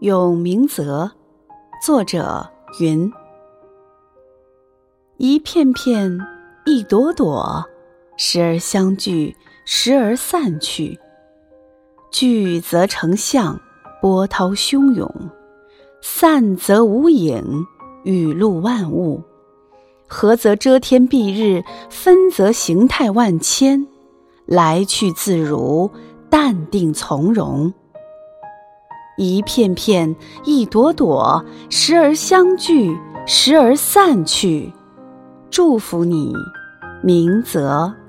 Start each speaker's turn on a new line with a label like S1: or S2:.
S1: 咏明泽，作者云。一片片，一朵朵，时而相聚，时而散去。聚则成象，波涛汹涌；散则无影，雨露万物。合则遮天蔽日，分则形态万千。来去自如，淡定从容。一片片，一朵朵，时而相聚，时而散去。祝福你，明泽。